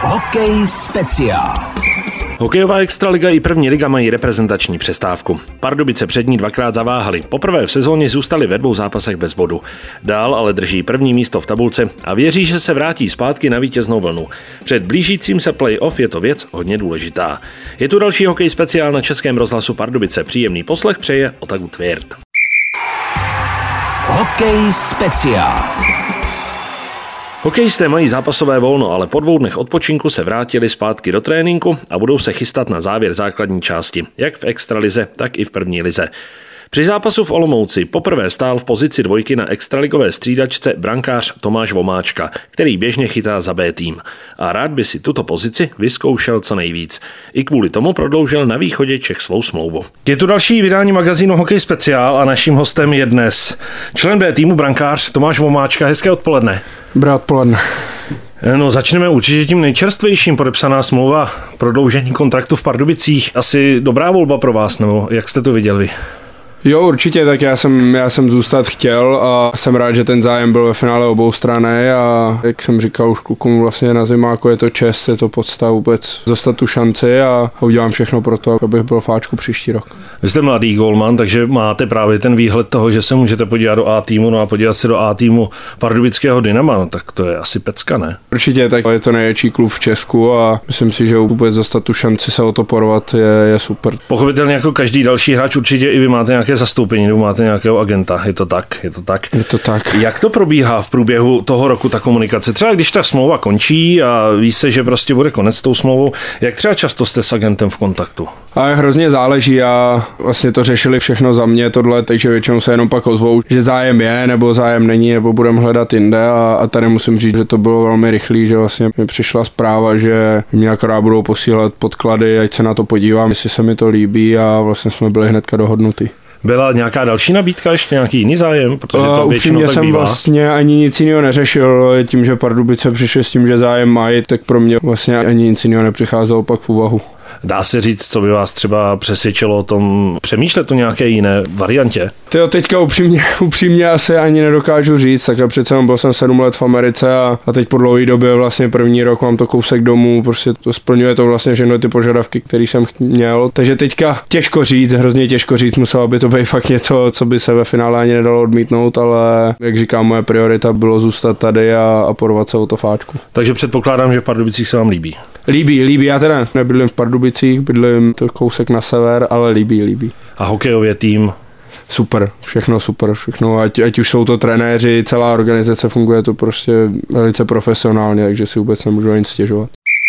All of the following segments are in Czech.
Hokej speciál. Hokejová extraliga i první liga mají reprezentační přestávku. Pardubice před ní dvakrát zaváhali. Poprvé v sezóně zůstali ve 2 zápasech bez bodu. Dál ale drží první místo v tabulce a věří, že se vrátí zpátky na vítěznou vlnu. Před blížícím se play-off je to věc hodně důležitá. Je tu další hokej speciál na Českém rozhlasu Pardubice. Příjemný poslech přeje Otagu Tvěrt. Hokej speciál. Hokejisté mají zápasové volno, ale po 2 dnech odpočinku se vrátili zpátky do tréninku a budou se chystat na závěr základní části, jak v extralize, tak i v první lize. Při zápasu v Olomouci poprvé stál v pozici 2 na extraligové střídačce brankář Tomáš Vomáčka, který běžně chytá za B tým. A rád by si tuto pozici vyzkoušel co nejvíc. I kvůli tomu prodloužil na východě Čech svou smlouvu. Je tu další vydání magazínu Hokej speciál a naším hostem je dnes člen B týmu brankář Tomáš Vomáčka. Hezké odpoledne. Dobré odpoledne. No, začneme určitě tím nejčerstvějším. Podepsaná smlouva, prodloužení kontraktu v Pardubicích. Asi dobrá volba pro vás, nebo jak jste to viděl vy? Jo, určitě, tak já jsem zůstat chtěl a jsem rád, že ten zájem byl ve finále oboustranný a jak jsem říkal už klukům vlastně na zimáku, je to čest, je to podsta vůbec dostat tu šanci a udělám všechno pro to, abych byl v Ačku příští rok. Vy jste mladý golman, takže máte právě ten výhled toho, že se můžete podívat do A týmu, no a podívat se do A týmu Pardubického Dynama, no tak to je asi pecka, ne? Určitě, tak je to největší klub v Česku a myslím si, že vůbec dostat tu šanci se o to porovat je super. Pochopitelně jako každý další hráč určitě i vy máte nějaké zastoupení, nebo máte nějakého agenta, je to tak? Je to tak. Jak to probíhá v průběhu toho roku ta komunikace? Třeba když ta smlouva končí a ví se, že prostě bude konec s tou smlouvou, jak třeba často jste s agentem v kontaktu? A hrozně záleží a vlastně to řešili všechno za mě tohle, takže většinou se jenom pak ozvou, že zájem je, nebo zájem není, nebo budeme hledat jinde a tady musím říct, že to bylo velmi rychlý, že vlastně mi přišla zpráva, že mě akorát budou posílat podklady, ať se na to podívám, jestli se mi to líbí a vlastně jsme byli hnedka dohodnutí. Byla nějaká další nabídka, ještě nějaký jiný zájem? Protože to většinou tak jsem bývá. Vlastně ani nic jiného neřešil, tím, že Pardubice přišli s tím, že zájem mají, tak pro mě vlastně ani nic jiného nepřicházelo pak v úvahu. Dá se říct, co by vás třeba přesvědčilo o tom přemýšlet o nějaké jiné variantě? Tyjo, teďka upřímně asi ani nedokážu říct, tak přece byl jsem 7 let v Americe a teď po dlouhé době vlastně první rok mám to kousek domů, prostě to splňuje to vlastně všechno ty požadavky, které jsem měl, takže teďka hrozně těžko říct, muselo by to být fakt něco, co by se ve finále ani nedalo odmítnout, ale jak říkám, moje priorita bylo zůstat tady a porvat se o to fáčku. Takže předpokládám, že v Pardubicích se vám líbí. Líbí, já teda nebydlím v Pardubicích, bydlím to kousek na sever, ale líbí. A hokejově tým? Super, všechno, ať už jsou to trenéři, celá organizace funguje to prostě velice profesionálně, takže si vůbec nemůžu ani stěžovat.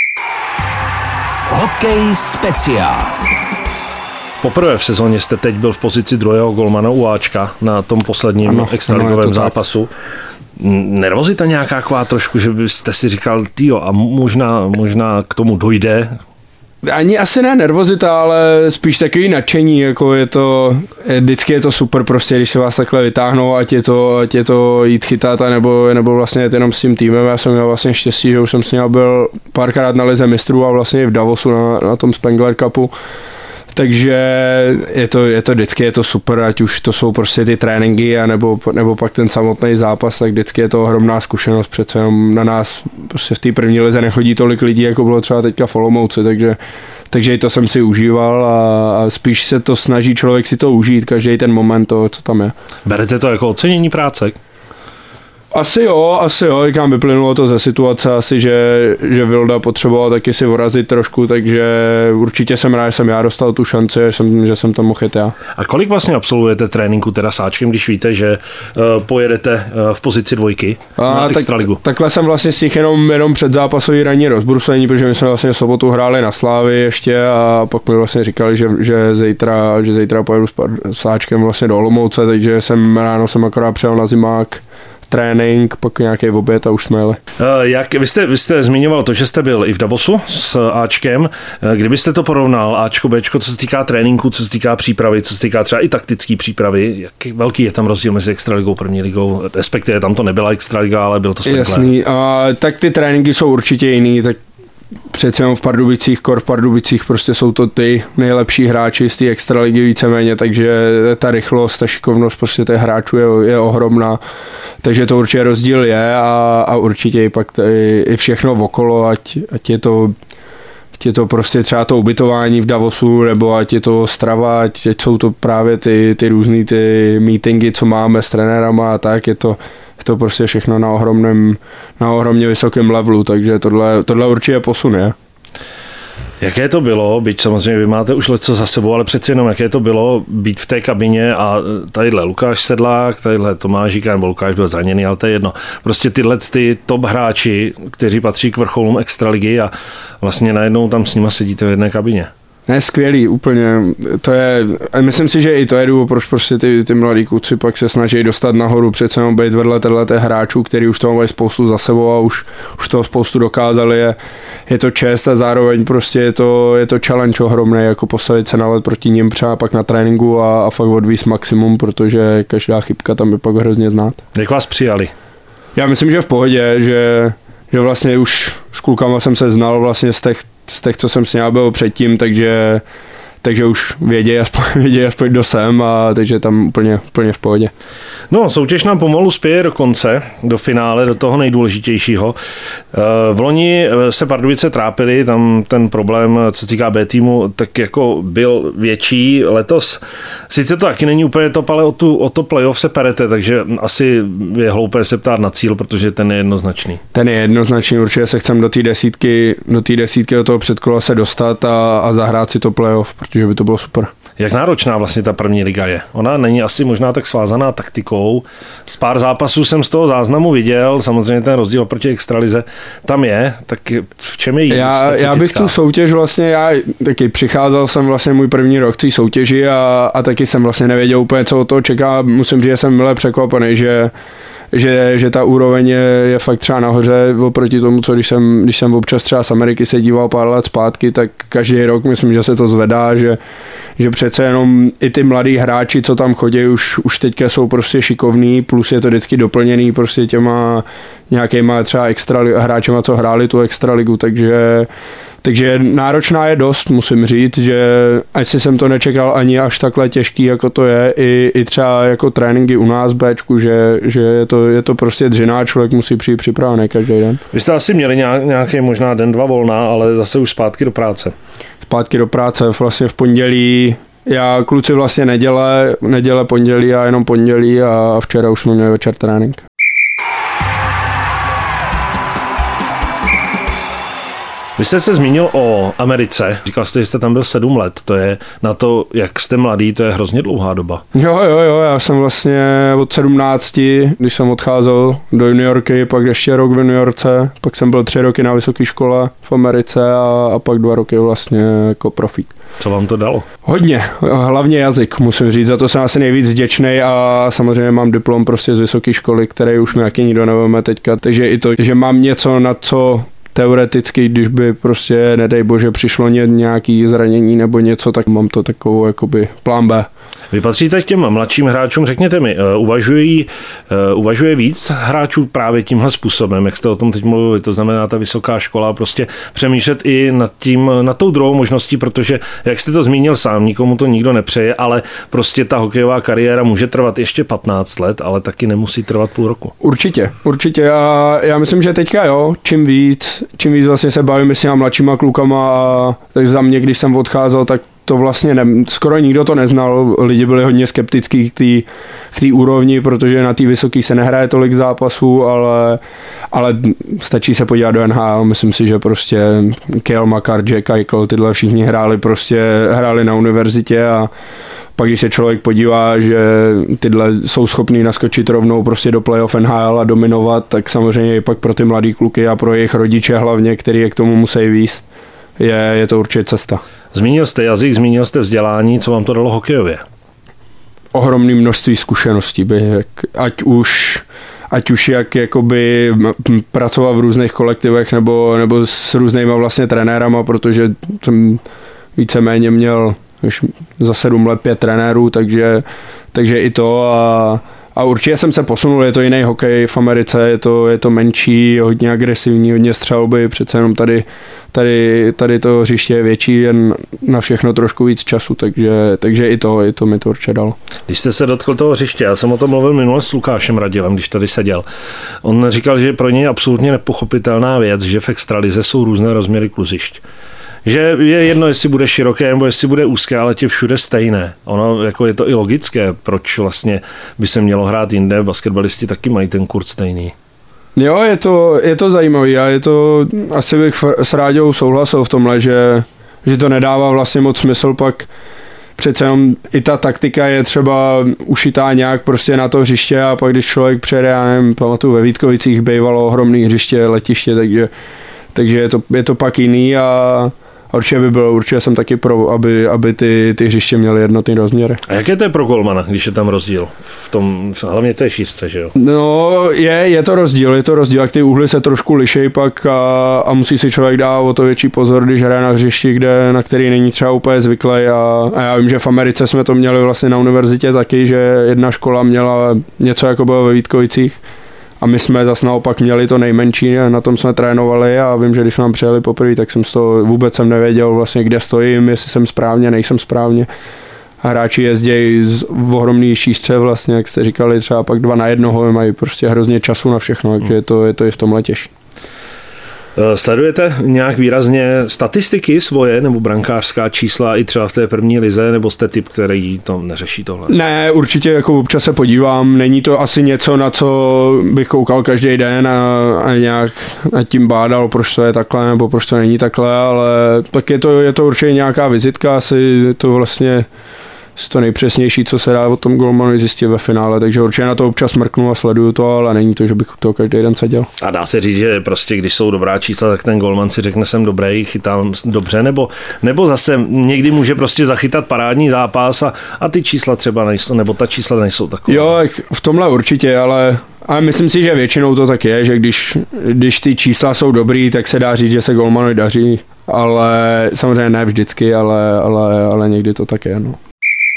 Hokej speciál. Poprvé v sezóně jste teď byl v pozici 2. golmana u Ačka na tom posledním extraligovém zápasu. Nervozita nějaká taková trošku, že byste si říkal, týjo, a možná k tomu dojde? Ani asi ne nervozita, ale spíš takový nadšení, jako vždycky je to super prostě, když se vás takhle vytáhnou, ať je to jít chytat, nebo vlastně jet jenom s tím týmem. Já jsem měl vlastně štěstí, že už jsem s ním byl párkrát na lize mistrů a vlastně i v Davosu na tom Spengler Cupu. Takže je to vždycky je to super, ať už to jsou prostě ty tréninky nebo pak ten samotný zápas, tak vždycky je to ohromná zkušenost, přece jenom na nás prostě v té první lize nechodí tolik lidí, jako bylo třeba teďka v Olomouci, takže i to jsem si užíval a spíš se to snaží člověk si to užít, každý ten moment toho, co tam je. Berete to jako ocenění práce? Asi jo, říkám, vyplynulo to ze situace, asi, že Vilda potřeboval taky si vorazit trošku, takže určitě jsem rád, že jsem já dostal tu šanci, že jsem to mohl jít já. A kolik vlastně absolvujete tréninku teda s Ačkem, když víte, že pojedete v pozici 2 na extraligu? Takhle jsem vlastně s nich jenom předzápasový ranní rozbruslení, protože my jsme vlastně v sobotu hráli na Slávy ještě a pak mi vlastně říkali, že zítra pojedu s Ačkem vlastně do Olomouce, takže ráno jsem akorát přijel na zimák, trénink, pak nějaký oběd a už jsme jeli. Vy jste zmiňoval to, že jste byl i v Davosu s Ačkem. Kdybyste to porovnal Ačko, Bčko, co se týká tréninku, co se týká přípravy, co se týká třeba i taktické přípravy, jak velký je tam rozdíl mezi extraligou, první ligou, respektive tam to nebyla extraliga, ale byl to Spengler. Jasný, tak ty tréninky jsou určitě jiný, tak přece jenom v Pardubicích prostě jsou to ty nejlepší hráči z té extraligy víceméně, takže ta rychlost, ta šikovnost prostě těch hráčů je ohromná, takže to určitě rozdíl je a určitě i pak i všechno okolo, ať je to prostě třeba to ubytování v Davosu, nebo ať je to strava, ať jsou to právě ty různý ty meetingy, co máme s trenérama a tak, je to prostě všechno na ohromně vysokém levelu, takže tohle určitě posune. Jaké to bylo, byť samozřejmě vy máte už leco za sebou, ale přeci jenom jaké to bylo být v té kabině a tadyhle Lukáš Sedlák, tadyhle Tomáš Žíka, nebo Lukáš byl zraněný, ale to je jedno. Prostě tyhle ty top hráči, kteří patří k vrcholům extraligy a vlastně najednou tam s nima sedíte v jedné kabině. Ne, skvělý, úplně, to je, myslím si, že i to je důvod, proč prostě ty mladí kluci pak se snaží dostat nahoru, přece jenom být vedle těchto hráčů, který už toho mají spoustu za sebou a už toho spoustu dokázali, je to čest a zároveň prostě je to challenge ohromný, jako postavit se na led proti nim třeba pak na tréninku a fakt odvíct maximum, protože každá chybka tam je pak hrozně znát. Jak vás přijali? Já myslím, že v pohodě, že vlastně už s klukama jsem se znal vlastně z těch, co jsem s ním byl předtím, takže už vědějí aspoň kdo jsem a takže tam úplně v pohodě. No, soutěž nám pomalu spěje do konce, do finále, do toho nejdůležitějšího. V loni se Pardubice trápili, tam ten problém, co se týká B týmu, tak jako byl větší. Letos sice to taky není úplně top, ale o to playoff se perete, takže asi je hloupé se ptát na cíl, protože ten je jednoznačný. Ten je jednoznačný, určitě se chcem do té desítky do toho předkola se dostat a zahrát si to playoff, protože by to bylo super. Jak náročná vlastně ta první liga je? Ona není asi možná tak svázaná taktikou. Z pár zápasů jsem z toho záznamu viděl, samozřejmě ten rozdíl oproti extralize tam je, tak v čem je jí specifická? Já bych tu soutěž vlastně, taky přicházel jsem vlastně můj první rok v soutěži a taky jsem vlastně nevěděl úplně, co od toho čeká. Musím říct, že jsem milé překvapený, že ta úroveň je fakt třeba nahoře oproti tomu, co když jsem občas třeba z Ameriky se díval pár let zpátky, tak každý rok myslím, že se to zvedá, že přece jenom i ty mladí hráči, co tam chodí, už teďka jsou prostě šikovní, plus je to vždycky doplněný prostě těma nějakýma třeba extra hráčema, co hráli tu extraligu, takže náročná je dost, musím říct, že ať si jsem to nečekal ani až takhle těžký, jako to je, i třeba jako tréninky u nás Bčku, že je to prostě dřiná, člověk musí přijít připravený každý den. Vy jste asi měli nějaký možná den, dva volná, ale zase už zpátky do práce. Zpátky do práce, vlastně v pondělí, já kluci vlastně neděle, pondělí a jenom pondělí a včera už jsme měli večer trénink. Vy jste se zmínil o Americe, říkal jste, že jste tam byl 7 let, to je na to, jak jste mladý, to je hrozně dlouhá doba. Jo, já jsem vlastně od 17, když jsem odcházel do juniorky, pak ještě rok v juniorce, pak jsem byl 3 roky na vysoké škole v Americe a pak 2 roky vlastně jako profík. Co vám to dalo? Hodně, hlavně jazyk, musím říct, za to jsem asi nejvíc vděčnej a samozřejmě mám diplom prostě z vysoké školy, který už mi taky nikdo nevíme teďka, takže i to, že mám něco, na co teoreticky, když by prostě, nedej bože, přišlo nějaký zranění nebo něco, tak mám to takovou jakoby plán B. Vy patříte k těm mladším hráčům, řekněte mi, uvažuje víc hráčů právě tímhle způsobem, jak jste o tom teď mluvili, to znamená ta vysoká škola, prostě přemýšlet i nad tou druhou možností, protože, jak jste to zmínil sám, nikomu to nikdo nepřeje, ale prostě ta hokejová kariéra může trvat ještě 15 let, ale taky nemusí trvat půl roku. Určitě a já myslím, že teďka čím víc vlastně se bavíme s těma mladšíma klukama a tak za mě, když jsem odcházel, tak to vlastně skoro nikdo to neznal, lidi byli hodně skeptický k té úrovni, protože na té vysoké se nehraje tolik zápasů, ale stačí se podívat do NHL, myslím si, že prostě Cale Makar, Jack Eichel, tyhle všichni hráli na univerzitě a pak když se člověk podívá, že tyhle jsou schopní naskočit rovnou prostě do playoff NHL a dominovat, tak samozřejmě i pak pro ty mladý kluky a pro jejich rodiče hlavně, který je k tomu musí víc, je to určitě cesta. Zmínil jste jazyk, zmínil jste vzdělání, co vám to dalo hokejově? Ohromné množství zkušeností, ať už jak jakoby pracovat v různých kolektivech nebo s různýma vlastně trenérama, protože jsem víceméně měl za 7 let 5 trenérů, takže i to A určitě jsem se posunul, je to jiný hokej v Americe, je to menší, hodně agresivní, hodně střelby, přece jenom tady to hřiště je větší, jen na všechno trošku víc času, takže i to mi to určitě dalo. Když jste se dotkl toho hřiště, já jsem o tom mluvil minule s Lukášem Radilem, když tady seděl. On říkal, že pro něj je absolutně nepochopitelná věc, že v extralize jsou různé rozměry kluzišť. Že je jedno, jestli bude široké nebo jestli bude úzké, ale tě všude stejné. Ono jako je to i logické, proč vlastně by se mělo hrát jinde, basketbalisti taky mají ten kurz stejný. Jo, je to zajímavý a je to, asi bych s Ráďou souhlasil v tomhle, že to nedává vlastně moc smysl, pak přece jenom i ta taktika je třeba ušitá nějak prostě na to hřiště a pak když člověk přijede, já nevím, pamatuju, ve Vítkovicích bývalo ohromný hřiště, letiště, takže je to pak jiný a určitě jsem taky pro, aby ty hřiště měly jednotný rozměry. A jaké to je pro golmana, když je tam rozdíl? Hlavně to je šířce, že jo? No, je to rozdíl, jak ty úhly se trošku lišej pak a musí si člověk dát o to větší pozor, když hraje na hřišti, na který není třeba úplně zvyklý a já vím, že v Americe jsme to měli vlastně na univerzitě taky, že jedna škola měla něco jako bylo ve Vítkovicích. A my jsme zase naopak měli to nejmenší, na tom jsme trénovali a vím, že když nám přijeli poprvé, tak jsem vůbec nevěděl vlastně, kde stojím, jestli jsem správně, nejsem správně. A hráči jezdí v ohromný šířce vlastně, jak jste říkali, třeba pak 2 na 1, mají prostě hrozně času na všechno, takže je to i v tomhle těžší. Sledujete nějak výrazně statistiky svoje nebo brankářská čísla i třeba v té první lize, nebo jste typ, který to neřeší tohle? Ne, určitě jako občas se podívám, není to asi něco, na co bych koukal každý den a nějak nad tím bádal, proč to je takhle nebo proč to není takhle, ale tak je to určitě nějaká vizitka, asi je to vlastně to nejpřesnější, co se dá o tom golmanu zjistit ve finále, takže určitě na to občas mrknu a sleduju to, ale není to, že bych to každý den seděl. A dá se říct, že prostě když jsou dobrá čísla, tak ten golman si řekne, jsem dobrý, chytám dobře, nebo zase někdy může prostě zachytat parádní zápas a ty čísla třeba nejsou, nebo ta čísla nejsou takové. Jo, v tomhle určitě, ale myslím si, že většinou to tak je, že když ty čísla jsou dobrý, tak se dá říct, že se golmanovi daří, ale samozřejmě ne vždycky, ale někdy to tak je, no.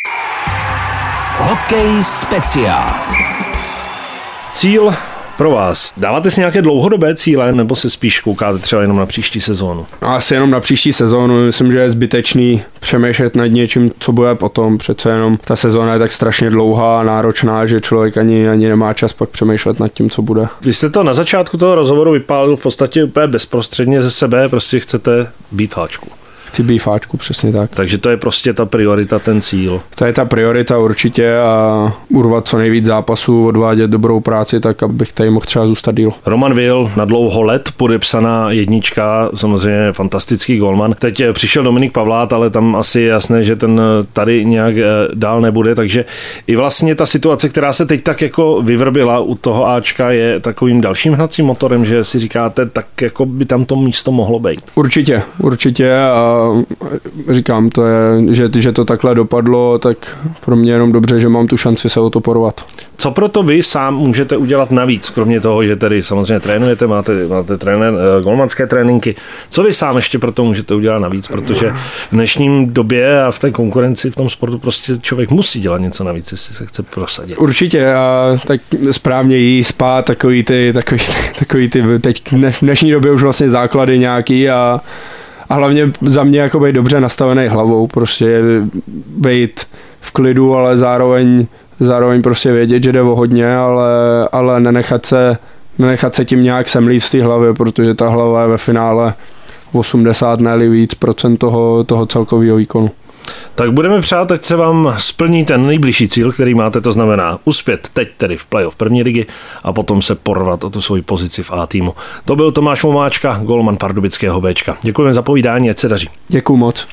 Hokej speciál. Cíl pro vás. Dáváte si nějaké dlouhodobé cíle, nebo se spíš koukáte třeba jenom na příští sezónu? Asi jenom na příští sezónu. Myslím, že je zbytečný přemýšlet nad něčím, co bude potom. Přece jenom ta sezóna je tak strašně dlouhá a náročná, že člověk ani nemá čas pak přemýšlet nad tím, co bude. Vy jste to na začátku toho rozhovoru vypálil v podstatě úplně bezprostředně ze sebe, prostě chcete být v háčku. Chci být fáčku, přesně tak. Takže to je prostě ta priorita, ten cíl. To je ta priorita určitě a urvat co nejvíc zápasů, odvádět dobrou práci, tak abych tady mohl třeba zůstat díl. Roman Will, na dlouho let podepsaná jednička, samozřejmě fantastický golman. Teď přišel Dominik Pavlát, ale tam asi je jasné, že ten tady nějak dál nebude, takže i vlastně ta situace, která se teď tak jako vyvrbila u toho Ačka, je takovým dalším hnacím motorem, že si říkáte, tak jako by tam to místo mohlo být. Určitě a říkám, to je, že to takhle dopadlo, tak pro mě jenom dobře, že mám tu šanci se o to porvat. Co proto vy sám můžete udělat navíc, kromě toho, že tady samozřejmě trénujete, máte golmanské tréninky, co vy sám ještě proto můžete udělat navíc, protože v dnešním době a v té konkurenci v tom sportu prostě člověk musí dělat něco navíc, jestli se chce prosadit. Určitě a tak správně jí spát, takový ty teď v dnešní době už vlastně základy nějaký a hlavně za mě jako být dobře nastavený hlavou, prostě být v klidu, ale zároveň prostě vědět, že jde o hodně, ale nenechat se tím nějak semlít v té hlavě, protože ta hlava je ve finále 80 ne víc procent toho celkového výkonu. Tak budeme přát, ať se vám splní ten nejbližší cíl, který máte, to znamená uspět teď tedy v playoff první ligy a potom se porvat o tu svoji pozici v A týmu. To byl Tomáš Vomáčka, golman pardubického Bčka. Děkujeme za povídání, ať se daří. Děkuju moc.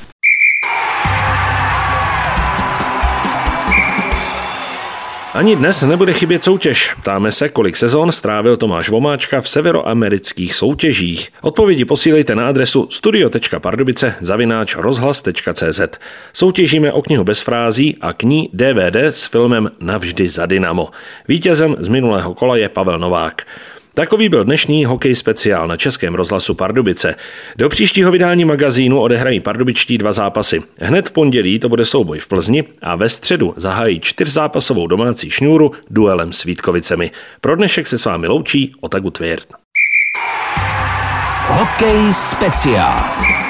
Ani dnes nebude chybět soutěž. Ptáme se, kolik sezon strávil Tomáš Vomáčka v severoamerických soutěžích. Odpovědi posílejte na adresu studio.pardubice@rozhlas.cz. Soutěžíme o knihu bez frází a k ní DVD s filmem Navždy za Dynamo. Vítězem z minulého kola je Pavel Novák. Takový byl dnešní hokej speciál na Českém rozhlasu Pardubice. Do příštího vydání magazínu odehrají pardubičtí 2 zápasy. Hned v pondělí to bude souboj v Plzni a ve středu zahájí 4zápasovou domácí šňůru duelem s Vítkovicemi. Pro dnešek se s vámi loučí Ota Gutwirth. Hokej speciál.